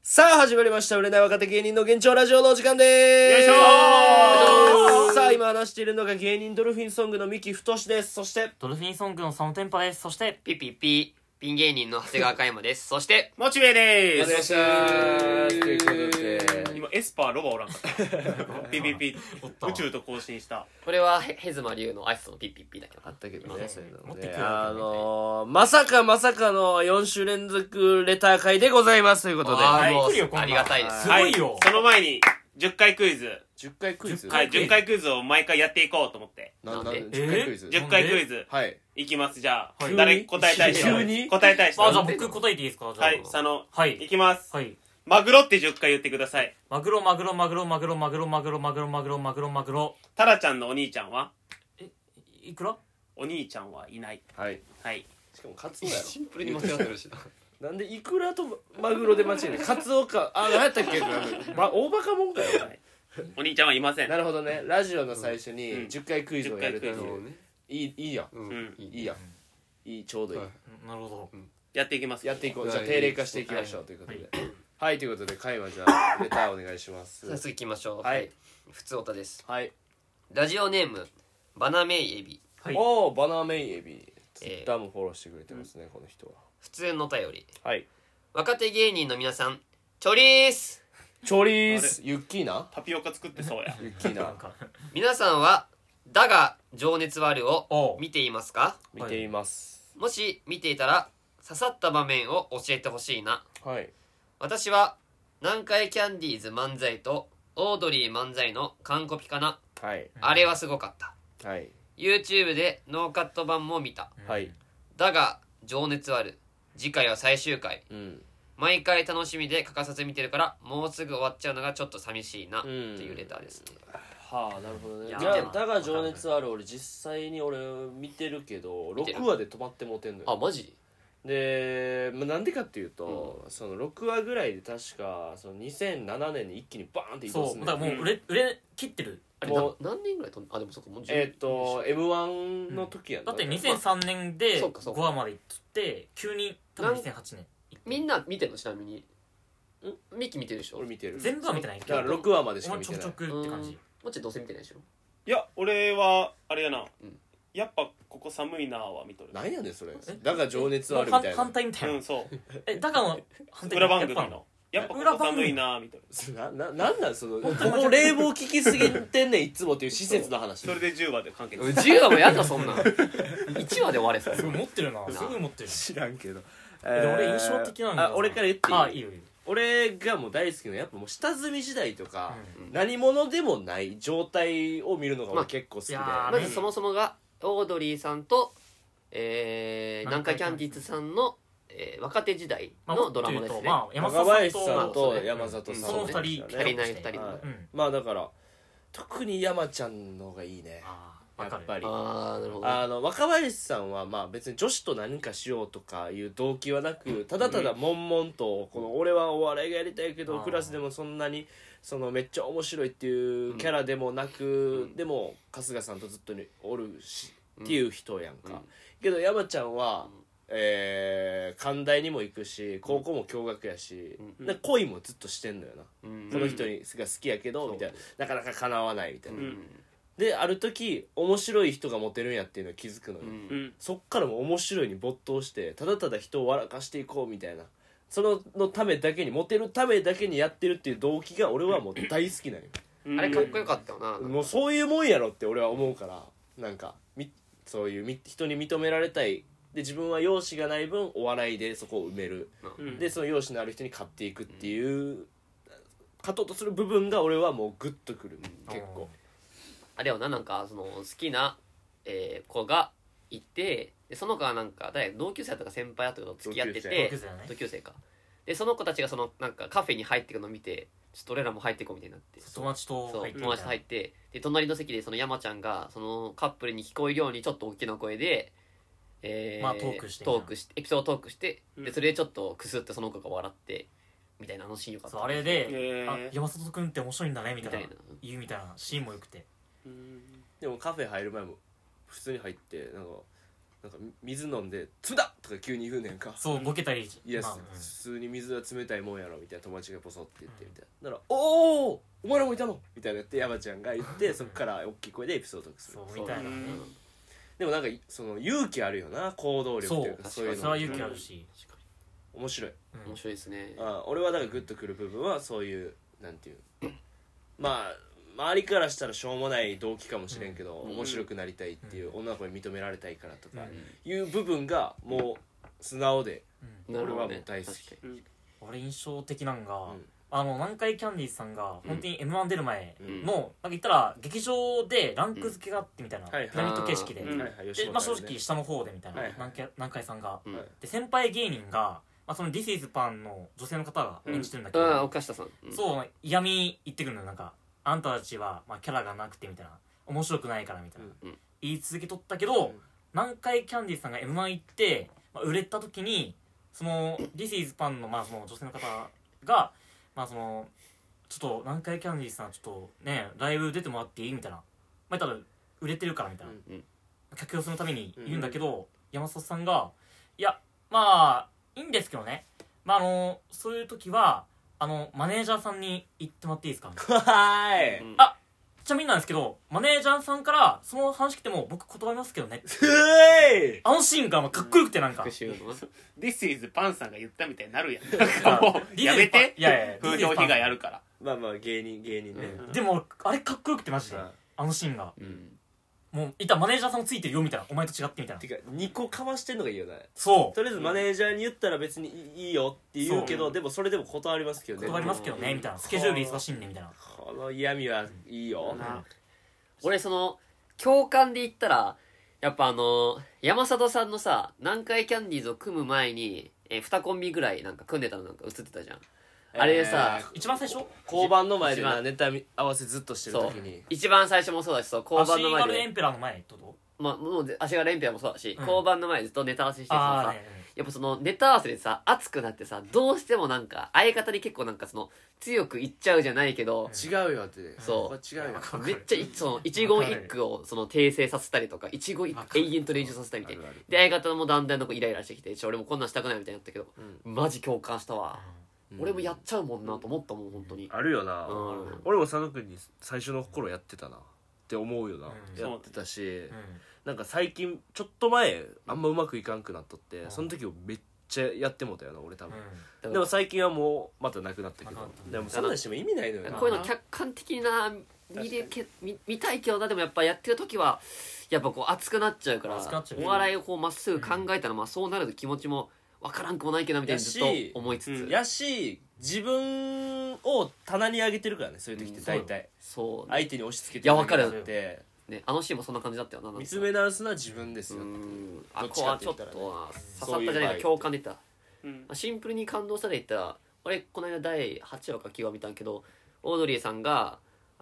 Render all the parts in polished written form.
さあ始まりました売れない若手芸人の現状ラジオのお時間でーす。 よいしょー。 さあ今話しているのが芸人ドルフィンソングの三木太です。そしてドルフィンソングの佐野天パです。そしてピピピピン芸人の長谷川嘉山です。そしてモチベでお願いしーす。 ますということで今エスパーロバおらんかったピピピおった宇宙と交信した。 これはヘズマリュウのアイスのピピピだけどあったけどね、そういうのね持ってくるわけねまさかの4週連続レター会でございますということであーもうびっくりよこんなんありがたいです。 すごいよはその前に10回クイズ、 10回クイズはい、10回クイズを毎回やっていこうと思ってなんなんで 10回クイズ 10回クイズはいいきます。じゃあ、 はい誰答えたい人急に答えたい人あ、じゃあ僕答えていいですか？じゃあはい、佐野はいいきます。 はい。 マグロって10回言ってください。 マグロマグロマグロマグロマグロマグロマグロマグロマグロマグロ。 タラちゃんのお兄ちゃんはいくら？ お兄ちゃんはいない。 はいはい。 しかもカツオやろシンプルに間違ってるしな。 なんでイクラとマグロで間違えないカツオか何やったっけ大バカもんかよお兄ちゃんはいません。 なるほどねラジオの最初にうん 10回クイズをやるってい 10回クイズをういいやんうんいいやんいいちょうどいいなるほど。 やっていきます。 やっていこうはいじゃあ定例化していきましょうということではいということで会話じゃあレターお願いしますさあ次行きましょう。 はい。 普通オタです。 はいラジオネームバナメイエビ。 はい。 おおバナメイエビツイッターもフォローしてくれてますねこの人は普通のお便り。 はい若手芸人の皆さん、チョリース。 チョリースユッキーナタピオカ作ってそうや。 ユッキーナなんか皆さんはだが情熱はあるをおう見ていますか？ 見ていますもし見ていたら刺さった場面を教えてほしいな。 はい私は南海キャンディーズ漫才とオードリー漫才の完コピかな。 はいあれはすごかった。 はい YouTube でノーカット版も見た。 はいだが情熱はある。次回は最終回。 うん毎回楽しみで欠かさず見てるからもうすぐ終わっちゃうのがちょっと寂しいな、 んっていうレターですね。 はあなるほどねいやじゃあでもだが情熱ある俺実際に俺見てるけど見てる 6話で止まってもうてんのよマジ？ で、なんでかっていうと、その6話ぐらいで確かその2007年に一気にバーンって移動するそうだからもう売れ切ってる。 あれもう何年ぐらい飛んで、でもそっかもう M1 の時やんな、 だって2003年で5 そうかそうか話までいって急に多分2008年みんな見てんの？ちなみにミキ見てるでしょ？ 俺見てる全部は見てないけどだから6話までしお前ちょくちょか見てないくって感じ。 もっちどうせ見てないでしょ？ いや、俺はあれやな、 んやっぱここ寒いなは見とる。 何やねんそれえだが情熱あるみたいな反対みたいな。 うん、そうだからの反対裏番組やっぱのやっぱここ寒いな見とる。 なんなんそのここ冷房効きすぎてんねんいつもっていう施設の話それで10話で完結。 10話もやんのそんなん1話で終われそう。 すごい持ってるな。すごい持ってる。 知らんけどで俺印象的なのがあ俺から言っていいあいいよいいよ。 俺がもう大好きなやっぱもう下積み時代とか、 うん何者でもない状態を見るのが俺結構好きで、 いやーまずそもそもがオードリーさんと、南海キャンディーズさんの、若手時代のドラマですね。 若林さんまとあ山里さんその二人でしたね足りない2人の、 はいうんまあだから特に山ちゃんのがいいねわかるやっぱりああなるほど。 若林さんはまあ別に女子と何かしようとかいう動機はなくただただ悶々とこの俺はお笑いがやりたいけどクラスでもそんなにそのめっちゃ面白いっていうキャラでもなくでも春日さんとずっとおるしっていう人やんかけど山ちゃんは関大にも行くし高校も共学やしで恋もずっとしてんのよなこの人が好きやけどみたいななかなか叶わないみたいなである時面白い人がモテるんやっていうのを気づくのようんそっからも面白いに没頭してただただ人を笑かしていこうみたいなそのためだけにモテるためだけにやってるっていう動機が俺はもう大好きなのよあれかっこよかったよな。 もうそういうもんやろって俺は思うからなんかそういう人に認められたいで自分は容姿がない分お笑いでそこを埋めるうんでその容姿のある人に勝っていくっていう勝とうとする部分が俺はもうグッとくる結構あれよな、なんかその好きな、子がいてでその子はなんか同級生だったか先輩だったかと付き合ってて同級生だね同級生かでその子たちがそのなんかカフェに入ってくるのを見てちょっと俺らも入っていこうみたいになって友達とそう入って友達と入ってで隣の席でその山ちゃんがそのカップルに聞こえるようにちょっと大きな声で、 まあトークしてエピソードトークしてうんでそれでちょっとクスってその子が笑ってみたいなシーンよかった。 そうあれでへーあ山里君って面白いんだねみたいなみたいな言うみたいなシーンもよくてでもカフェ入る前も普通に入ってなんかなんか水飲んで「冷たっ!」とか急に言うねんか。 そうボケたりいや、 まあ普通に水は冷たいもんやろみたいな友達がポソって言ってみたいな、だから「おおお前らもいたの?」みたいなって山ちゃんが言ってそこから大きい声でエピソードトークする。 そうみたいなねでもなんかその勇気あるよな、行動力というかそういうのそれは勇気あるし面白い。 面白いですね。 俺はだからグッとくる部分はそういうなんていうまあ周りからしたらしょうもない動機かもしれんけど、面白くなりたいっていう女の子に認められたいからとかいう部分がもう素直で俺はもう大好き。 俺印象的なんが、 ん南海キャンディーズさんが本当に M1 出る前の、なんか言ったら劇場でランク付けがあってみたいな、 はいピラミッド形式で、 うんはいはい、 でまあ、正直下の方でみたいな、 はい南海さんが、 はいで先輩芸人が、まあ、その This is Pan の女性の方が演じてるんだけど、 ああ岡下さん、 そう嫌味言ってくるのよ。なんかあんたたちは、まあ、キャラがなくてみたいな、面白くないからみたいな、 うん言い続けとったけど、南海キャンディーズさんが M1 行って、まあ、売れた時にその This is Pan の、まあ、その女性の方が、まあ、そのちょっと南海キャンディーズさんちょっとねライブ出てもらっていいみたいな、まあ、ただ売れてるからみたいな、 うん客寄せのために言うんだけど、山里さんがいやまあいいんですけどね、まあそういう時はマネージャーさんに言ってもらっていいですかはーい、 うんちなみになんですけど、マネージャーさんからその話来ても僕断りますけどね。 うあのシーンがかっこよくてなんか。 復習の This is パンさんが言ったみたいになるやん。なんかもうやめて。 いやいや風評被害あるから。 まあまあ芸人ね、 でもあれかっこよくてマジで。 うんあのシーンが。 うんもう、マネージャーさんもついてるよみたいな。お前と違ってみたいなて。か2個かましてんのがいいよね。 そう。 とりあえずマネージャーに言ったら別にいいよって言うけど、でもそれでも断りますけどね。 断りますけどね、みたいな。スケジュール忙しいんで、みたいな。 この嫌味はいいよ。 俺その共感で言ったらやっぱ山里さんのさ南海キャンディーズを組む前に2コンビぐらいなんか組んでたのなんか映ってたじゃん、あれでさ一番最初交番の前でな一番ネタ合わせずっとしてるそう時に一番最初もそうだしそう交番のシーガルエ前でンペラーの前ってことまあもう足が連ンもそうだし、 うん交番の前でずっとネタ合わせしてああ、 さ、 ねやっぱそのネタ合わせでさ熱くなってさどうしてもなんか相方に結構なんかその強く言っちゃうじゃないけど、 違うよってそうこれ違うよめっちゃその一言一句をその訂正させたりとか一言一句永遠と練習させたりみたいなあるあるで相方もだんだんなんかイライラしてきて俺もこんなんしたくないみたいになったけど、マジ共感したわ、俺もやっちゃうもんなと思ったもん本当に、 あるよな、 うん俺も佐野君に最初の頃やってたなって思うよな、 うんやってたし、 うんなんか最近ちょっと前あんまうまくいかんくなっとって、その時をめっちゃやってもうたよな俺多分、でも最近はもうまたなくなったけど、 なくなったでもそんなんしても意味ないのよな。 こういうの客観的な見たいけどな、でもやっぱやってる時はやっぱこう熱くなっちゃうから熱くなっちゃうお笑いをこうまっすぐ考えたらまあそうなる気持ちもわからんくもないけどみたいなずっと思いつつ、 やし自分を棚に上げてるからね、そういう時って大体、 そう相手に押し付けていやわかるってね、あのシーンもそんな感じだったよな。なんか見つめ直すのは自分ですよ、 あどっちこはちょっとかって言ったらね刺さったじゃないか共感で言ったうんシンプルに感動したで言ったら俺この間第8話か9話見たんけどオードリーさんが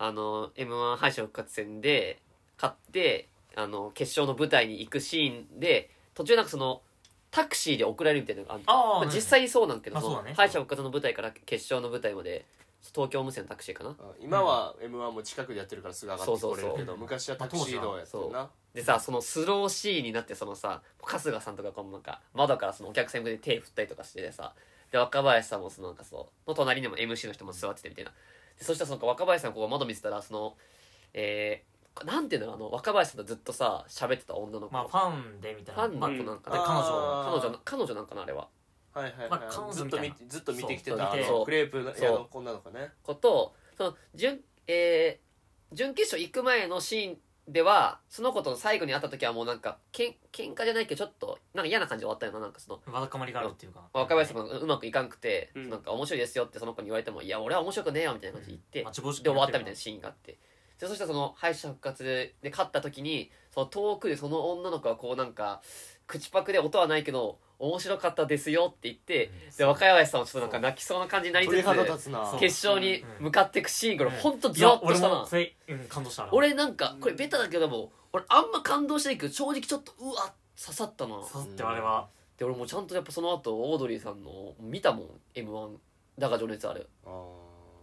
M1 敗者復活戦で勝って決勝の舞台に行くシーンで途中なんかそのタクシーで送られるみたいなのがあるああ、 まあ実際そうなんけど、 まあそうだね敗者復活の舞台から決勝の舞台まで東京無線のタクシーかな今は M1 も近くでやってるからすぐ上がってこれるけそうそうど、昔はタクシー道やってるな。 でさそのスローシーンになってそのさ春日さんとかこのなんか窓からそのお客さんに向けて手振ったりとかしててさで若林さんもそのなんかそうの隣にも MC の人も座っててみたいなでそしたらその若林さんこう窓見てたらそのなんていうの若林さんとずっとさ喋ってた女の子、 まあファンでみたいな。 ファンの子なんかで、 であー彼女なんかなあれははいはいはい、 まあ彼女ずっみたいなとずっと見てきてたそう見てクレープ屋の女の子ね。 ことその準決勝行く前のシーンではその子と最後に会った時はもうなんか喧嘩じゃないけどちょっとなんか嫌な感じで終わったよな。なんかそのわだかまりがあるっていうか。 若林さんがうまくいかんくて、 うんなんか面白いですよってその子に言われてもいや俺は面白くねえよみたいな感じで言って、 待ち遠しくで終わったみたいなシーンがあってでそしたらその敗者復活で勝った時にその遠くでその女の子はこうなんか口パクで音はないけど面白かったですよって言って、で若林さんもちょっとなんか泣きそうな感じになりつ鳥つ肌立つな。 そう決勝に向かっていくシーンがほんといやゾワッとしたな。 俺もそれ、感動したな。 俺なんかこれベタだけども俺あんま感動してないけど正直ちょっとうわ刺さったな。 刺さってあれは。 で俺もちゃんとやっぱその後オードリーさんの見たもん M1 だが情熱あるあ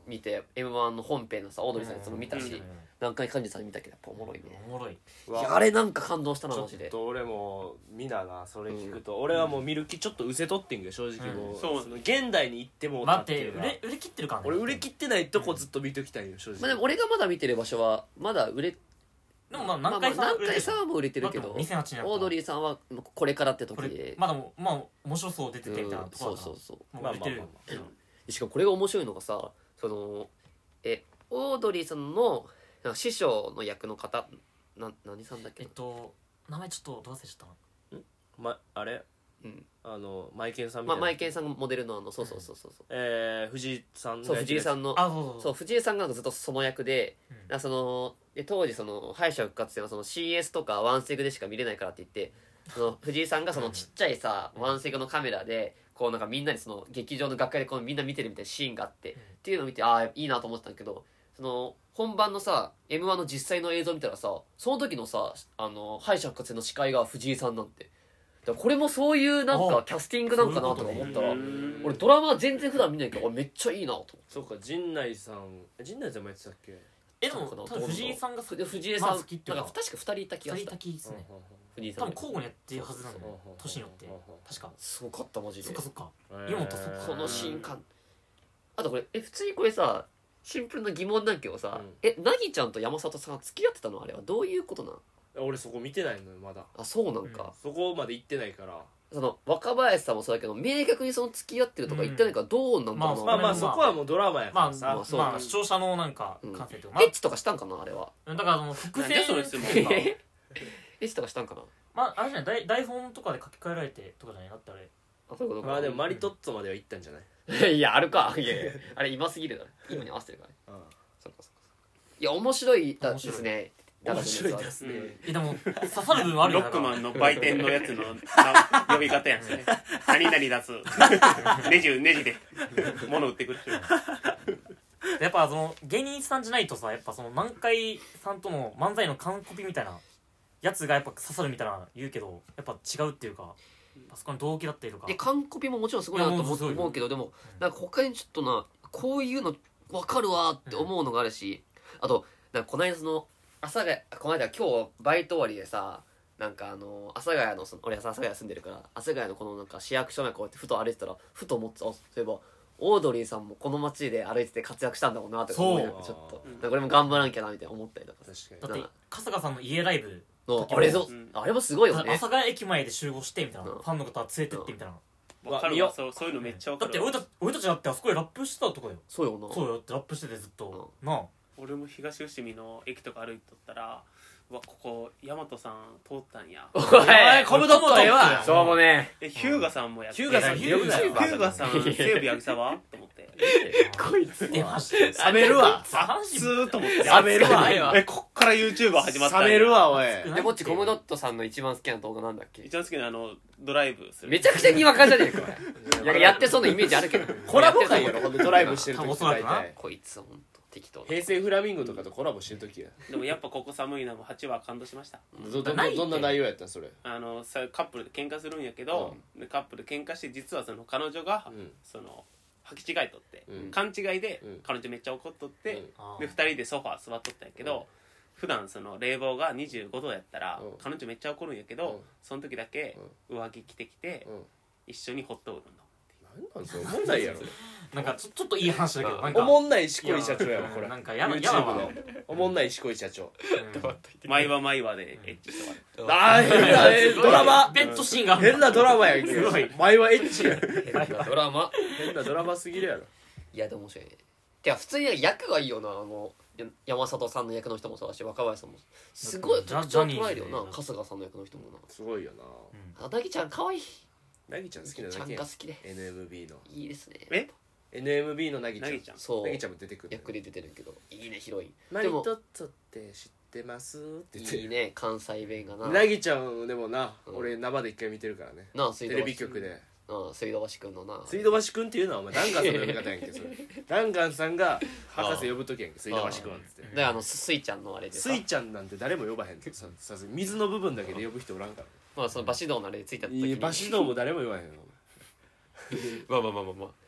見て M1 の本編のさオードリーさんのやつも見たし、 うん南海幹事さん見たけどやっぱおもろいね。 おもろい。 いやあれなんか感動したなちょマジでっ。と俺も見ななそれ聞くと、俺はもう見る気ちょっと失せとってんけど正直もう、 そうその現代に行ってもう待ってたっていうのは売れ切ってるからね。 俺売れ切ってないとこずっと見ときたいよ正直、 まあでも俺がまだ見てる場所はまだ売れでもまあまあ南海さんは売れてる南海さんはもう売れてるけどだってもう2008年だったオードリーさんはこれからって時これで、 まだもまあ面白そう出ててみたいなとこそうろだからそうそう。 もう売れてるよまあまあましかもこれが面白いのがさそのオードリーさんのなんか師匠の役の方何さんだっけな、 名前ちょっとどう忘れちゃったあれうんマイケンさんみたいな、 まあ、マイケンさんがモデルのそうそうそうそう藤井さんがそう藤井さんのあそうそう藤井さんがずっとその役で、 うんだからそので当時その敗者復活戦はその CS とかワンセグでしか見れないからって言ってその藤井さんがそのちっちゃいさ、ワンセグのカメラでこうなんかみんなにその劇場の楽屋でこうみんな見てるみたいなシーンがあって、っていうのを見てああいいなと思ってたんだけどその本番のさ M1 の実際の映像見たらさその時のさ敗者復活戦の司会が藤井さんなんてだからこれもそういうなんかあキャスティングなんかなとか思ったらうん俺ドラマ全然普段見ないけどめっちゃいいなと思って。 そうか陣内さんもやってたっけでもそうかな多分藤井さんが藤井さん、 まあ好きっていうかなんか確か2人いた気が二人いしたた気ですね藤井さん多分交互にやってるはずなんだよ年によって確かすごかったマジでそっかそっかー岩本そっかこの瞬間あとこれ普通にこれさシンプルな疑問なんだけどさ、 うんなぎちゃんと山里さんが付き合ってたのあれはどういうことなん俺そこ見てないのよまだあそうなんか、 そこまで行ってないからその若林さんもそうだけど明確にその付き合ってるとか言ってないからどうなんだろうな、 うんまあまあそそこはもうドラマやかまあらさ、 まあそうかまあ視聴者のなんかうん感性というかエッチとかしたんかなあれはだからその伏なんでそれ線質問がエッチとかしたんかなまああれじゃない台本とかで書き換えられてとかじゃないだってあれあそういうことか、 まあでもマリトッツォまでは行ったんじゃないいやあるかいやいやあれ今すぎるだろ今に合わせてるからねうんそっかそっかいや面白いですね面白いですうんねでも刺さる部分あるよロックマンの売店のやつの呼び方やんね何々出すネジで物売ってくるやっぱその芸人さんじゃないとさやっぱその南海さんとの漫才の完コピみたいなやつがやっぱ刺さるみたいな言うけどやっぱ違うっていうかあそこに動機だっているか完コピももちろんすごいなといやもうすごい思うけどでもなんか他にちょっとなこういうの分かるわって思うのがあるし、あとなんかこの間そのこの間今日バイト終わりでさなんか阿佐ヶ谷の俺は阿佐ヶ谷住んでるから阿佐ヶ谷のこのなんか市役所前こうやってふと歩いてたらふと思ってたそういえばオードリーさんもこの街で歩いてて活躍したんだろうなとか思いながらちょっとなんか俺も頑張らなきゃなみたいな思ったりとか確かにだって春日さんの家ライブのあれぞ、 うんあれもすごいよ阿ね佐ヶ谷駅前で集合してみたいなうんファンの方連れてってみたいなわかるわそういうのめっちゃわかるわだって俺たちだってあそこでラップしてたとこよそうよなそうよってラップしててずっとなあ俺も東伏見の駅とか歩いとったらうわここ大和さん通ったんやおいコムドットええわそうもねヒューガさんもやってヒューガさんヒュ呼ぶなよーガさん西武八木沢と思ってこいつでマジで冷めるわスーッと思って冷めるわこっから YouTuber 始まったんや冷めるわおいでもっちコムドットさんの一番好きな動画なんだっけ一番好きなドライブするめちゃくちゃにわかじゃねえかいややってそうなイメージあるけどコラボ会ややってたろほんでドライブしてる時おそらくな大体こいつほんと適当平成フラミンゴとかとコラボしてる時やでもやっぱここ寒いなも8話感動しましたどんな内容やったんそれカップルで喧嘩するんやけど、でカップル喧嘩して実はその彼女が、 うんその履き違いとって、 うん勘違いで、 うん彼女めっちゃ怒っとって、 うんあーで2人でソファー座っとったんやけど、普段その冷房が25度やったら、 うん彼女めっちゃ怒るんやけど、 うんその時だけ上着着てきて、 うん一緒にホットウール飲むなんなんそれおもんないやろなんかちょっといい話だけどなんかおもんないしこい社長やわこれなんかやだ YouTube わのおもんないしこい社長毎話毎話でエッチして終わる、 あー変なドラマベッドシーンがある変なドラマやんけすごい前はエッチやドラマ変なドラマすぎるやろいやでも面白いねてか普通に役がいいよな山里さんの役の人もそうだし若林さんもすごいジャ特徴ジャニーズ捉えるよな春日さんの役の人もすごいよなななぎちゃん可愛いなぎちゃん好きなちゃだけんが好きで NMB のいいですねえ NMB のなぎちゃんなぎちゃんそうなぎちゃんも出てくる役で出てるけどいいね広いマリでもトッツォって知ってますって言っていいね関西弁がななぎちゃんでもな、 うん俺生で一回見てるからねなあ水道橋テレビ局で水道橋くんのな水道橋くんっていうのはお前ダンカンさんの呼び方やんけそれダンカンさんが博士呼ぶ時やんけ水道橋くんっつってでスイちゃんのあれでさスイちゃんなんて誰も呼ばへんってさすがに水の部分だけで呼ぶ人おらんからまあそのバシドーのあれでついた時にいいバシドーも誰も呼ばへんよまあ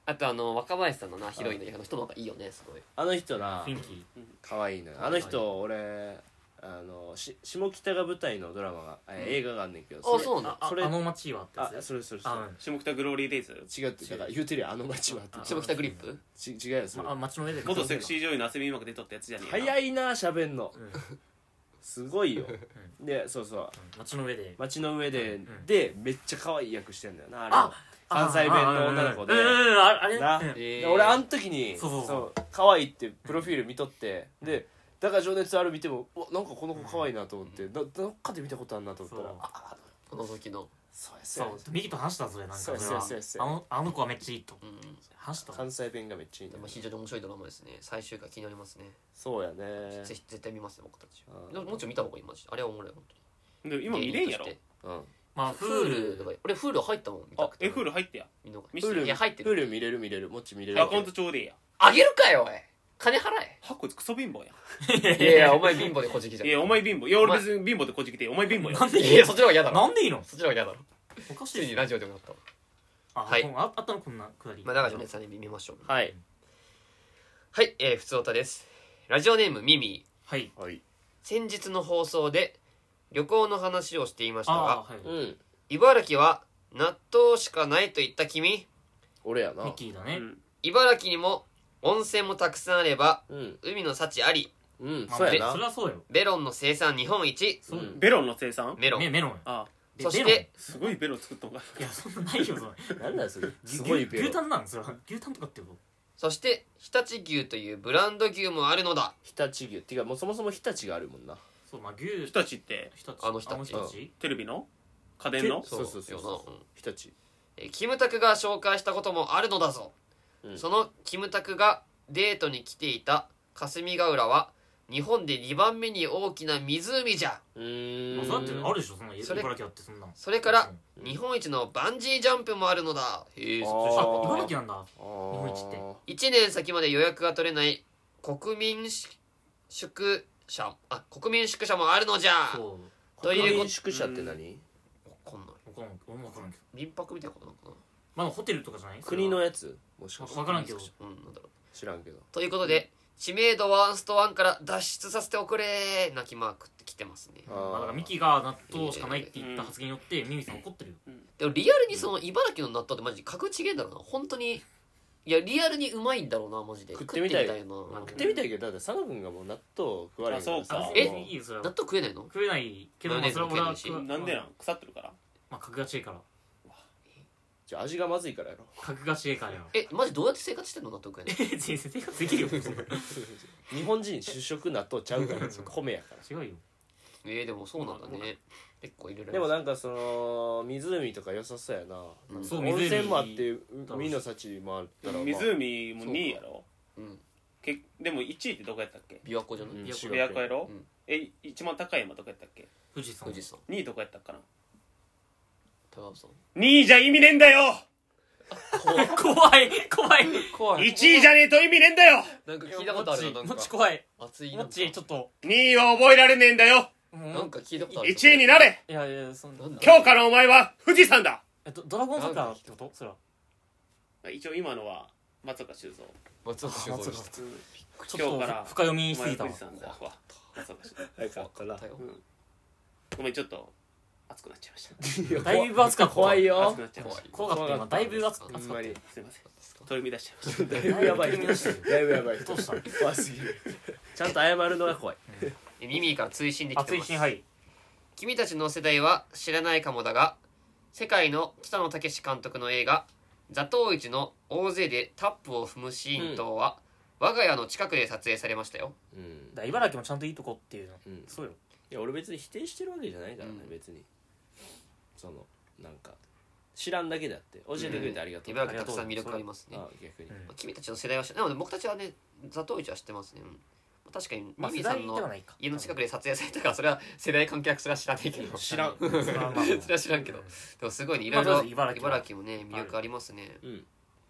あと若林さんのなヒロインの役の人の方がいいよねすごい。 あの人な雰囲気可愛いのよ。あの人俺下北が舞台のドラマが映画があんねんけど、 あそうなんだ。 それあの街はってやつあそれあ下北グローリーデイズ違うってだから言うてるやん、あの街はってあ下北グリップ。 違うよそれ。 街の上で元セクシー女優の遊びうまく出とったやつじゃねえ早いな喋んのうんすごいよ。でそうそう街の上で街の上で、 んでめっちゃ可愛い役してんだよなあれも関西弁の女の子であれな、 うんで俺あん時にそう可愛いってプロフィール見とってでだから情熱ある見てもうわなんかこの子可愛いなと思ってどっかで見たことあるなと思ったらそうあこの時の。 そうやそうミキと話したそれなんかそうそれはそうそうあの子はめっちゃいいとうん。 話した関西弁がめっちゃいいんだでも非常に面白いドラマですね。最終回気になりますね。 そうやねぜひ絶対見ますよ僕たち。 うんでももちろん見た方がいいマジで。あれはおもろい本当に。 で今見れんやろ芸人としてうんまあフールとか俺フール入ったもん見たくて。 フール入ってや見逃見せていや入ってる。 フル見れるもっち見れるアカウントちょうでええやあげるかよおい。金払はこいつクソ貧乏やえ。いやいやお前貧乏でこじきじゃん。 いやお前貧乏いや俺別に貧乏でこじきてお前貧乏やなんでいやそっちの方が嫌だろ。 なんでいいのそっちの方が嫌だろ。 おかしいついにラジオでもなったわ。 あはいあったのこんなくだりまあ長女のやつはね見ましょう。 はいはい普通歌です。ラジオネームミミ。 はいはい先日の放送で旅行の話をしていましたが、 はいうん茨城は納豆しかないと言った君。 俺やなミッキーだねうん茨城にも温泉もたくさんあればうん海の幸あり。 まあそうやなそれはそうよメロンの生産日本一。 そうようんベロンの生産メロン。 メロンあそしベロンてすごいベロン作ったのかいやそんなないよそれなんだよそれすごいベロ牛タンなんそれは牛タンとかってことそして常陸牛というブランド牛もあるのだ。 日立牛っていうかもうそもそも日立があるもんなそうまあ牛日立って日立あの日立日立テレビの家電のそうそうそうよなうん日立キムタクが紹介したこともあるのだぞ、 うんそのキムタクがデートに来ていた霞ヶ浦は日本で2番目に大きな湖じゃ。 うーんそうやってあるでしょそんなそれ茨城あってそんなんそれからうん日本一のバンジージャンプもあるのだ。へえあーそっち知らなかっ茨城なんだあー日本一ってた1年先まで予約が取れない国民宿舎もあるのじゃ。 そうということ国民宿舎って何わかんない俺も分からんけど民泊みたいなことなのかな。 まだホテルとかじゃない国のやつもしかして分からんけどうんなんだろう。 知らんけどということで知名度ワースト1から脱出させておくれ泣きマークって来てますね。 あまあだからミキが納豆しかないって言った発言によってミミさん怒ってるよでもリアルにその茨城の納豆ってマジ格違えんだろうな本当に。いやリアルにうまいんだろうなマジで。 食ってみたいな食ってみたいけどだって佐野君がもう納豆食われへんからあそうかえいいよそれは納豆食えないの。 食えないけどまあそれは俺はマヨネーズも食えないしなんでなん腐ってるからまあ格が違いからじゃあ味がまずいからやろ格が違いからよマジどうやって生活してんの納豆食えない。 全然生活できるよそんな日本人主食納豆ちゃうから米やから違うよでもそうなんだね。結構いろいろ。 でもなんかその湖とか良さそうやな、 うんそう温泉もあって湖海の幸もあったら、まあ、 湖も2位やろうんでも1位ってどこやったっけ琵琶湖じゃない。 うんいやこ琵琶湖やろうん一番高い山どこやったっけ富士山富士山 2位どこやったっかな高尾山 2位じゃ意味ねえんだよ怖い怖 1位じゃねえと意味ねえんだよなんか聞いたことあるななんもかっち怖いもっ熱いなんかちちょっと 2位は覚えられねえんだよなんか聞いたことある 1位になれいやいやそんななんだ今日からお前は富士山だドラゴン桜ってことそれは一応今のは松岡修造松岡修造松岡ですちょっと今日から深読みお前しすぎたわは富士山だわ松岡修造早かったなだよごめんちょっと熱くなっちゃいましただいぶ熱かった怖いよ熱くなっちゃいました怖かった今だいぶ熱かったほんまにすいません取り乱しちゃいましただいぶやばいだいぶ乱してるだいぶやばいどうした怖すぎるちゃんと謝るのが怖い耳から追伸できて熱いますシーンはい君たちの世代は知らないかもだが世界の北野武監督の映画「座頭市」の大勢でタップを踏むシーン等は、我が家の近くで撮影されましたよ。 うんだ茨城もちゃんといいとこっていうのうんそうよいや俺別に否定してるわけじゃないからね、 うん別にそのなんか知らんだけであって教えてくれてありがとう、 茨城たくさん魅力ありますね。 あ逆に、 うん君たちの世代は知らない。でも僕たちはね座頭市は知ってますね。確かにまあ世代ミミさんのではないか家の近くで撮影されたからそれは世代関係なくそれは知らないけど知らんそれはまあまあそれは知らんけどでもすごいねいろいまあろとりあえず茨城は茨城もね魅力ありますね。 うん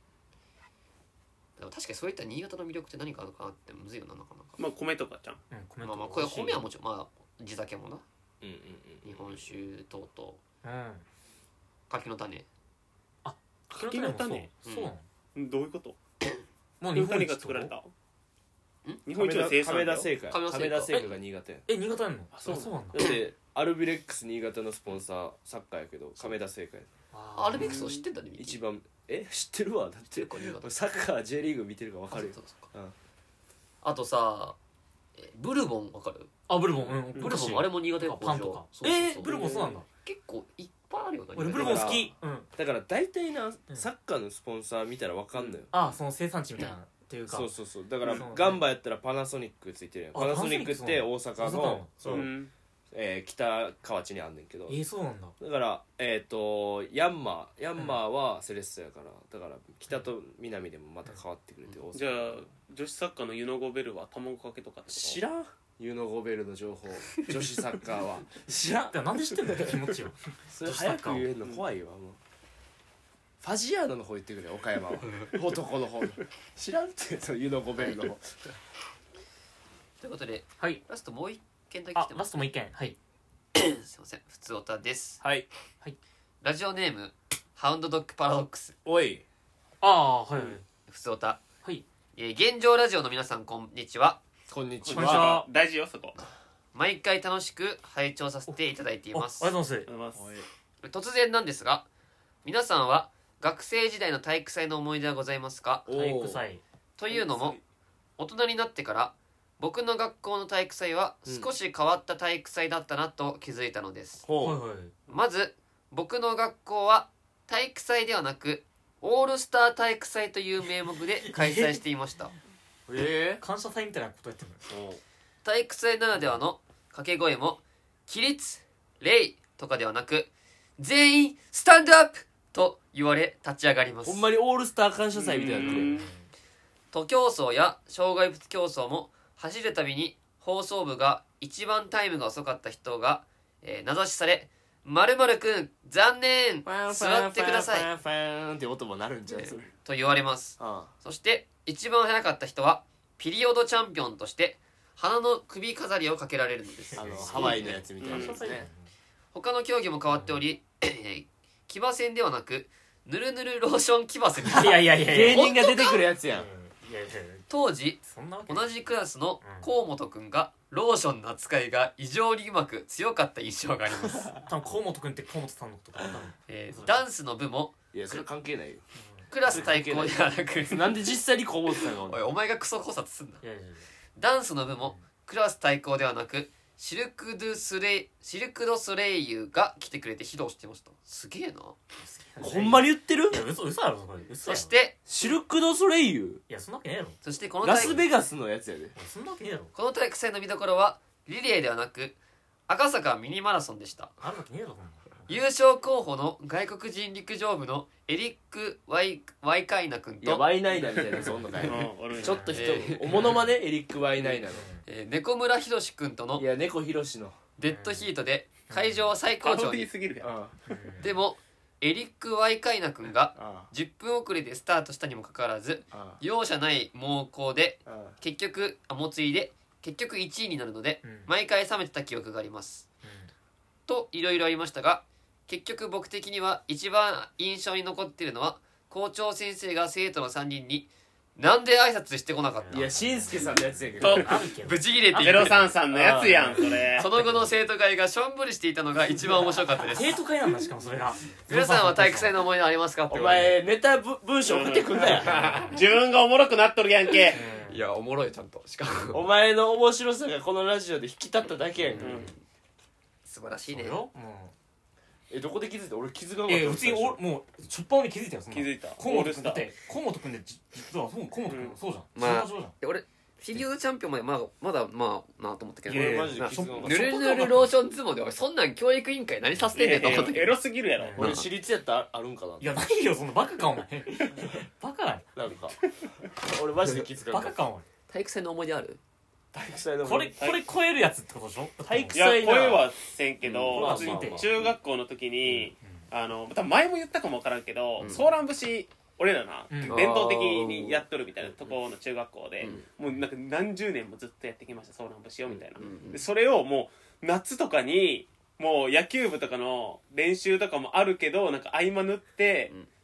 でも確かにそういった新潟の魅力って何かあるのかなってむずいよななかなか。 まあ米とかちゃんうんコメントまあまあこれ米はもちろんまあ地酒もなうんうん日本酒等々 うん柿の種柿の種そうなのどういうこと？ もう日本が日本一作られた？日本亀一の生産だよ。 田製菓亀田製菓亀田製菓が新潟や新潟やんの？ そうそうなんだ。 だってアルビレックス新潟のスポンサーサッカーやけど亀田製菓やアルビックスを知ってたね一番知ってるわだって俺サッカー J リーグ見てるから分かるよあとさブルボンわかる？ あブルボンブルボンあれも新潟やパンとかブルボンそうなんだ。 結構いっぱいあるよな俺ブルボン好き。 だから大体なサッカーのスポンサー見たら分かんのよあその生産地みたいなっていうか。 そうだからそうガンバやったらパナソニックついてるやんあパナソニックって大阪大阪なののそううん北河内にあんねんけどそうなんだ。 だからヤンマーはセレッソやからだから北と南でもまた変わってくれて大阪じゃあ女子サッカーのユノゴベルは卵かけとかってこと？ 知らんユノゴベルの情報女子サッカーは知らんだからなんで知ってんの気持ちよ。 それ早く言えるの怖いわもうファジアーノの方言ってくれ岡山は男の方に知らんってそのユノゴベルの方ということではい。 ラストもう一件だけ来あてますラストもう一件。はい。 すいませんふつおたですはいラジオネームハウンドドッグパラドックスおいああはいはいふつおたはい。 現状ラジオの皆さんこんにちはこんにちこんにちはは大事よそこ。 毎回楽しく拝聴させていただいていますありがとうございありがとうございます。 突然なんですが皆さんは学生時代の体育祭の思い出はございますか？ ます。体育祭。 というのも大人になってから僕の学校の体育祭は少し変わった体育祭だったなと気づいたのです、 ほうはいはい。 まず僕の学校は体育祭ではなくオールスター体育祭という名目で開催していました感謝祭みたいなことやってるの。 体育祭ならではの掛け声も起立礼とかではなく全員スタンドアップと言われ立ち上がりますほんまにオールスター感謝祭みたいになってる徒競走や障害物競争も走るたびに放送部が一番タイムが遅かった人が、名指しされ〇〇くん残念座ってくださいファンファンって音もなるんじゃんそれと言われますあそして一番早かった人はピリオドチャンピオンとして花の首飾りをかけられるのですハワイのやつみたいなやつね他の競技も変わっており騎馬戦ではなくぬるぬるローション騎馬戦ですいやいやいやい芸や。 人が出てくるやつやんいやいやいや。 当時そんなわけ。 同じクラスの河本くんがローションの扱いが異常にうまく強かった印象があります、 多分河本くんって河本さんのことかわかんない。 ダンスの部もいやそれ関係ないよクラス対抗ではなくなんで実際にこう思ってたのおいお前がクソ考察すんな。 いやいやいや。 ダンスの部もクラス対抗ではなくシルク・ドゥ・ソレイユが来てくれて披露してました。すげえな。 ほんまに言ってるいや嘘やろそれ。嘘やろ。 そしてシルク・ドゥ・ソレイユいやそんなわけねえやろ。 ラそしてスベガスのやつやでそんなわけねえやろ。 この体育祭の見どころはリレーではなく赤坂ミニマラソンでした。 あるわけねえやろそんな。 優勝候補の外国人陸上部のエリック・ワイカイナ君いやと、 ワイナイナみたいなそんなかいちょっとおものまねエリック・ワイナイナの猫村博君とのいや猫ひろしのデッドヒートで会場は最パロディ高潮に。 ーすぎるやん。 あでもエリック・ワイカイナ君があ 10分遅れでスタートしたにもかかわらずあ容赦ない猛攻であ結局1位になるのでうん毎回冷めてた記憶がありますといろいろありましたが結局僕的には一番印象に残っているのは校長先生が生徒の3人になんで挨拶してこなかったいやしんすけさんのやつやけとどあるけど。 ブチギレていゼロて 33のやつやんそれ。 その後の生徒会がしょんぼりしていたのが一番面白かったです生徒会なんだしかもそれが。 皆さんは体育祭の思い出ありますかってお前ネタ文章送ってくんなよ自分がおもろくなっとるやんけ。 いやおもろいちゃんとしかもお前の面白さがこのラジオで引き立っただけやんか素晴らしいねそうよ。 どこで気づいた俺気づかなかった普通にもうしょっぱなに気づいたよそんな。 気づいた。 河本くんだって河本くんで実はそう河本くんそうじゃん。 まあそうじゃん。 俺フィギュアチャンピオンまでまだまあなと思ったけどいやいや俺マジで気づかなかったぬるぬるローション相撲で俺そんなん教育委員会何させてんねんと思ったけどエロすぎるやろ。 俺私立やったらあるんかいやないよそんなバカかお前。バカだよ。 ななんか俺マジで気づかなかったバカかお前。 体育祭の思い出ある？ 体育祭のこれ超えるやつってことでしょ。 体育いや祭な声はせんけうんど、 まあ普通にまあまあ中学校の時に、多分前も言ったかもわからんけど、 うんソーラン節俺らな、 うん伝統的にやっとるみたいなところの中学校で、 うんもうなんか何十年もずっとやってきましたソーラン節をみたいな、 うんでそれをもう夏とかにもう野球部とかの練習とかもあるけどなんか合間縫って、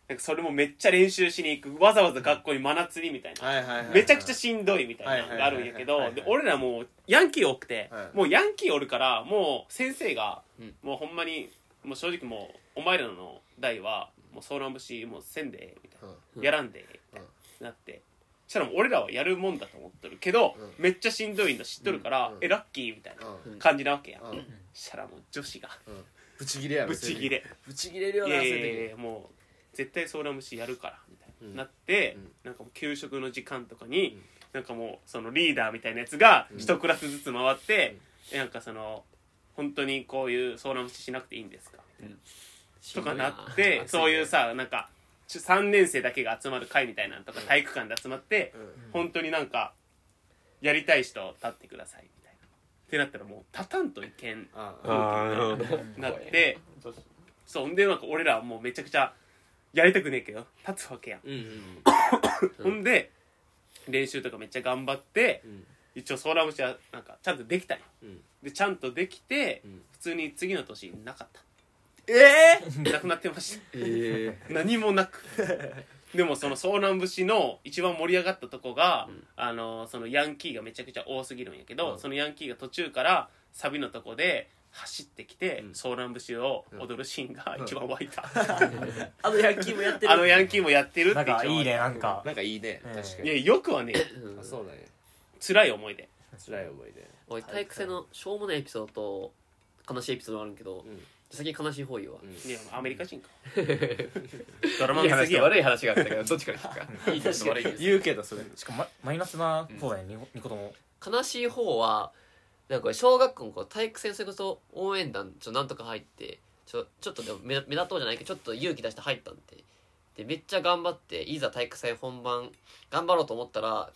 なんかそれもめっちゃ練習しに行く、わざわざ学校に真夏にみたいな、 はいはいはいはいめちゃくちゃしんどいみたいなのがあるんやけど、 はいはいはいはいで俺らもうヤンキー多くて、 はいもうヤンキーおるからもう先生が、 うんもうほんまにもう正直もうお前らの代はもうソーラン節もうせんでみたいな、 うんやらんでみたいななってそしたらもう俺らはやるもんだと思ってるけど、 うめっちゃしんどいの知っとるから、 うんラッキーみたいなうん感じなわけや、 うんそしたらもう女子がブチギレやろブチギレブチギレるよいなそういうやいやい時やもう絶対ソーラン節やるからみたいな、 うんなって、 うんなんかもう給食の時間とかに、 うんなんかもうそのリーダーみたいなやつがうん一クラスずつ回って、なんかその本当にこういうソーラン節しなくていいんですかみたいな、とかなってそういうさなんか3年生だけが集まる会みたいなのとか体育館で集まって、本当になんかやりたい人立ってくださいみたいなってなったらもう立たんといけんあなってそうでなんか俺らはもうめちゃくちゃやりたくねえけど立つわけやん、 うんうんほんで練習とかめっちゃ頑張ってうん一応ソーラン節はなんかちゃんとできたんようんでちゃんとできてうん普通に次の年なかったえなくなってましたえ何もなくでもそのソーラン節の一番盛り上がったとこが、そのヤンキーがめちゃくちゃ多すぎるんやけど、 うんそのヤンキーが途中からサビのとこで走ってきて、 うんソーラン節を踊るシーンが一番湧いた、 あのヤンキーもやってるあのヤンキーもやってるってなんかいいね一番なんかなんかいいね確かいやによくはねうんあそうなんや辛い思い出辛い思い出俺体育祭のしょうもないエピソードと悲しいエピソードがあるけど、 うん先に悲しい方言うわ、 いやアメリカ人かドラマいい見すぎや話と悪い話があったけどどっちから聞くかいい話と悪いです言うけどそれしかもマイナスな方だね2個とも悲しい方はなんかこれ小学校の頃体育祭それこそ応援団なんとか入ってちょっとでも目立とうじゃないけどちょっと勇気出して入ったんでめっちゃ頑張っていざ体育祭本番頑張ろうと思ったら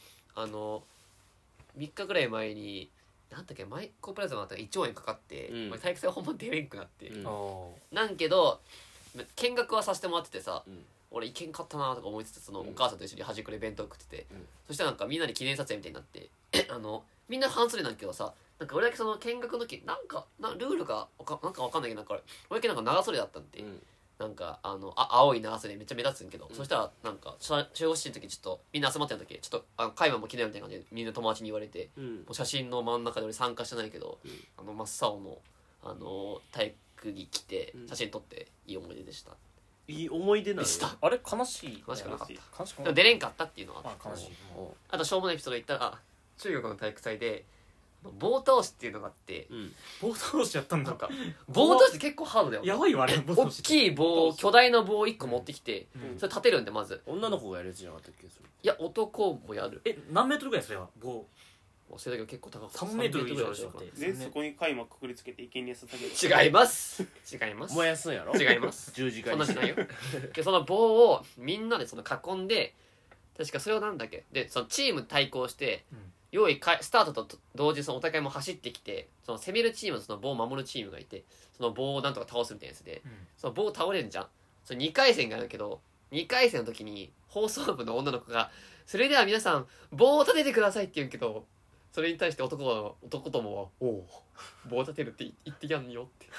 3日ぐらい前になんだっけマイコプラズマだったら1兆円かかって、 うん体育祭本番出れんくなって、 うんなんけど見学はさせてもらっててさ、 うん俺行けんかったなとか思いつつそのお母さんと一緒に端くれ弁当食ってて、 うんそしたらなんかみんなに記念撮影みたいになってみんな半袖なんだけどさなんか俺だけその見学の時なんかルールがなんかわかんないけどなんか俺だけなんか長袖だったんで、 うんなんか青い長袖めっちゃ目立つんけど、 うんそしたらなんか中央市の時ちょっとみんな集まってた時ちょっと会話も記念みたいな感じでみんな友達に言われて、 うんもう写真の真ん中で俺参加してないけど、真っ青の体育着着て写真撮っていい思い出でした、 いい思い出なんやしたあれ悲しい悲しくなかった悲しくでも出れんかったっていうのはあ悲しいおあとしょうもないエピソード言ったら中学の体育祭で棒倒しっていうのがあってうん棒倒しやったんだなんか棒倒しって結構ハードだよやばいわあれ棒大倒しきい棒巨大な棒1個持ってきてうんそれ立てるんでまず女の子がやるやつじゃなかったっけそれいや男もやる何メートルぐらいそれは棒それだけど結構高くて 3メートル以上でしょ 3メートルぐらいでそこに貝もくくりつけて生贄捧げる違います違います燃やすんやろ違います十字架にそんなんしないよでその棒をみんなでその囲んで確かそれをなんだっけでそのチーム対抗して、用意スタートと同時にそのお互いも走ってきてその攻めるチームとその棒を守るチームがいてその棒をなんとか倒すみたいなやつで、その棒倒れんじゃんそれ2回戦があるけど2回戦の時に放送部の女の子が「それでは皆さん棒を立ててください」って言うけどそれに対して男どもは「おお棒立てるって言ってやんよ」って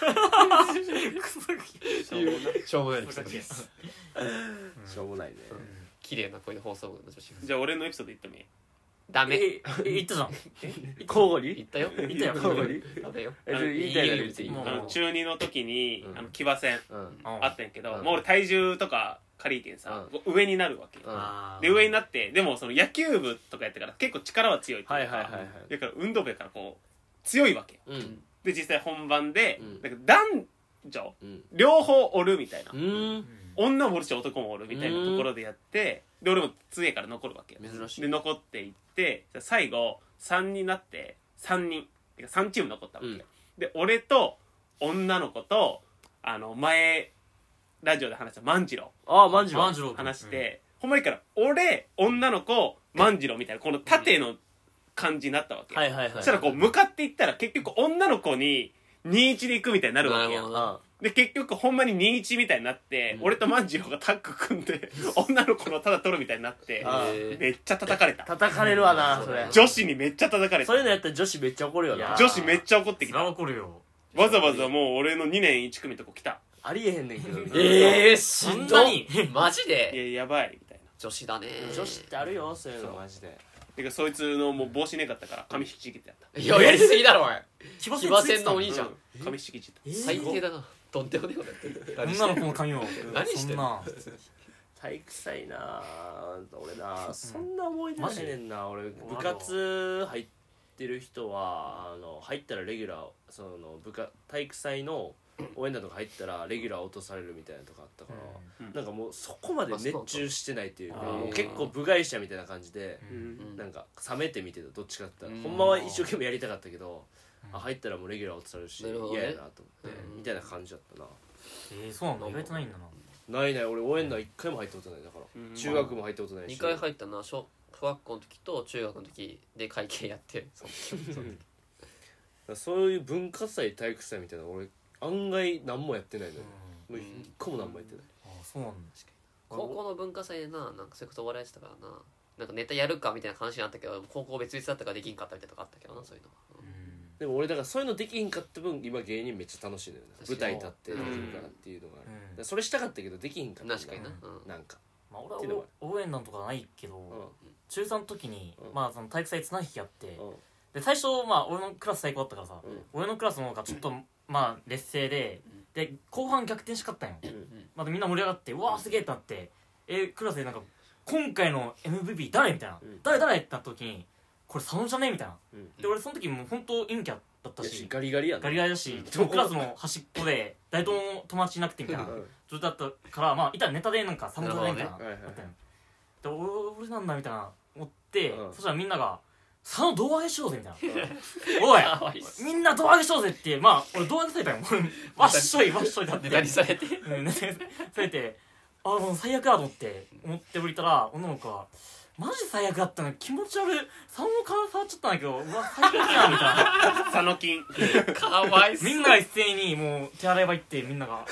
しょうもないエピソードですしょうもないね綺麗な声で放送部の女子がじゃあ俺のエピソード言ってもいいダメ言ったじゃん交互に言ったよ言ったよ交互にダメよ言いたいなら別にもう中2の時にうん騎馬戦うんあったんやけど、 うんもう俺体重とか軽いけんさ、上になるわけ、 うんで上になってでもその野球部とかやってから結構力は強いっていうか、 はいはいはいはいだから運動部やからこう強いわけうんで実際本番で、 うんなんか男女うん両方おるみたいな、 うん女もおるし男もおるみたいなところでやってで俺も強いから残るわけ珍しいで残っていってじゃあ最後3になって3人てか3チーム残ったわけ、 うんで俺と女の子と前ラジオで話した万次郎ああ万次郎万次郎話して、ほんまにから俺女の子万次郎みたいなこの縦の感じになったわけ、 はいはいはいそしたらこう向かっていったら結局女の子に21で行くみたいになるわけやんなるほどあで結局ほんまに21みたいになって、俺と万次郎がタッグ組んで女の子のただ取るみたいになってあめっちゃ叩かれた叩かれるわなうんそれ女子にめっちゃ叩かれたそういうのやったら女子めっちゃ怒るよないや女子めっちゃ怒ってきそれはた怒るよわざわざもう俺の2年1組のとこ来たありえへんねんけどみたいなしそんんどなにマジいでややばいみたいな。 女子だね女子ってあるよそういうのマジでてかそいつのもう帽子ねかったから髪引きちぎってやった。 いややりすぎだろおい騎馬騎馬戦戦ついてたのお兄ちゃんうん髪引きちぎった。 え最低だなとんでもねえことやってる女の子の髪を何してんのそんな体育祭な俺なそんな思い出ないねんな俺部活入ってる人は入ったらレギュラーその体育祭の応援団とか入ったらレギュラー落とされるみたいなとかあったから、 うんなんかもうそこまで熱中してないっていうかあそうもう結構部外者みたいな感じで、 うんなんか冷めて見てたどっちかって言ったら、 うんほんまは一生懸命やりたかったけど、入ったらもうレギュラー落とされるしなるほどね嫌やなと思って、 うんみたいな感じだったな。 そうなんだ意外とないんだなないない俺応援団一回も入ったことないだから、 うん中学も入ったことないし 2回入ったな小学校の時と中学の時で会計やってそういう文化祭体育祭みたいな俺案外何もやってないのよ、もう一個も何もやってない、 あそうなんだ高校の文化祭でななんかそれこそお笑いやってたからななんかネタやるかみたいな話になったけど高校別々だったからできんかったみたいなとかあったけどなそういうのはでも俺だからそういうのできひんかった分今芸人めっちゃ楽しいのよな確かに舞台立ってできるからっていうのがある、 うんだからそれしたかったけどできひんかった確かになうんなんかまあっていうのは俺は応援団とかないけどうん中3の時にうんまあその体育祭綱引きやってうんで最初まあ俺のクラス最高だったからさうん俺のクラスの方がちょっとまあ劣勢でで後半逆転しかったんよまたみんな盛り上がってうわーすげえってなってクラスでなんか今回の MVP 誰みたいな誰ってなった時にこれ佐野じゃねみたいなで俺その時もう本当陰キャだったしガリガリやなガリガリだしクラスの端っこで誰とも友達いなくてみたいなうん状態だったからまあいたらネタでなんか佐野じゃねみたいななるほどねあったよで俺なんだみたいな思ってうんそしたらみんなが佐野胴上げしようぜみたいなおいかわいいっすみんな胴上げしようぜってまあ俺胴上げされたよわっしょいわっしょいだってネタにされてうんネタにされてもう最悪だと思って降りたら女の子がマジ最悪だったの気持ち悪い佐野の顔触っちゃったんだけどうわ最悪やんみたいな佐野金かわいそうみんなが一斉にもう手洗い場行ってみんなが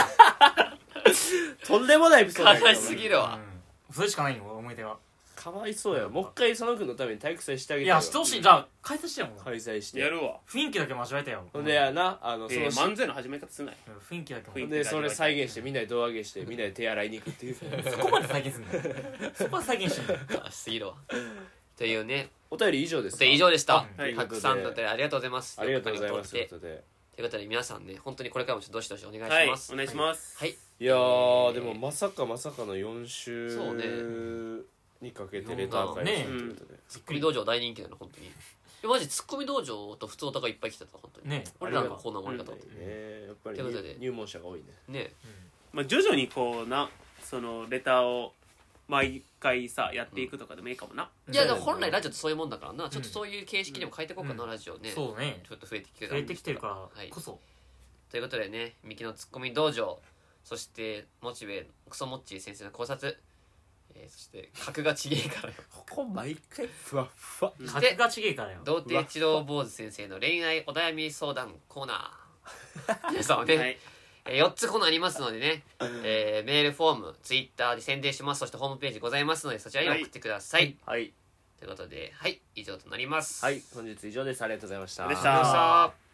とんでもないエピソードやけど悲しすぎるわそれしかないよ思い出がかわいそうやもう一回佐野君のために体育祭してあげていやしてほしいじゃあ開催してよもう開催してやるわ。 雰囲気だけ間違えたよほんでやなその漫才の始め方すない。 雰囲気だけ雰囲気でそれ再現してみんなで胴上げしてみんなで手洗いに行くっていうそこまで再現すんだよそこは再現してんだよ悲しすぎるわというねお便り以上ですか以上でしたはいたくさんのお便りありがとうございますありがとうございますということで皆さんね本当にこれからもちょっとどしどしお願いはい、 しますお願いします。 はいいやーでもまさかの4週そうねにかけてレター会ねということでツッコミ道場大人気なの本当にマジツッコミ道場と普通オタがいっぱい来てた本当にね俺らのコーナーもありがとうねやっぱりということで入門者が多いねねまあ徐々にこうな、そのレターを毎回さやっていくとかでもいいかもな。 いやでも本来ラジオってそういうもんだからなちょっとそういう形式にも変えていこうかなラジオねそうねちょっと増えてきてる増えてきてるからはいこそということでねミキのツッコミ道場そしてモチベクソモッチー先生の考察そして格がちげえからよここ毎回ふわっふわそして格がちげえからよ童貞一郎坊主先生の恋愛お悩み相談コーナー皆さんはね、 はい。 4つコーナーありますのでね、メールフォームツイッターで宣伝しますそしてホームページございますのでそちらに送ってください、 はいということではい以上となりますはい本日以上ですありがとうございましたでしありがとうございました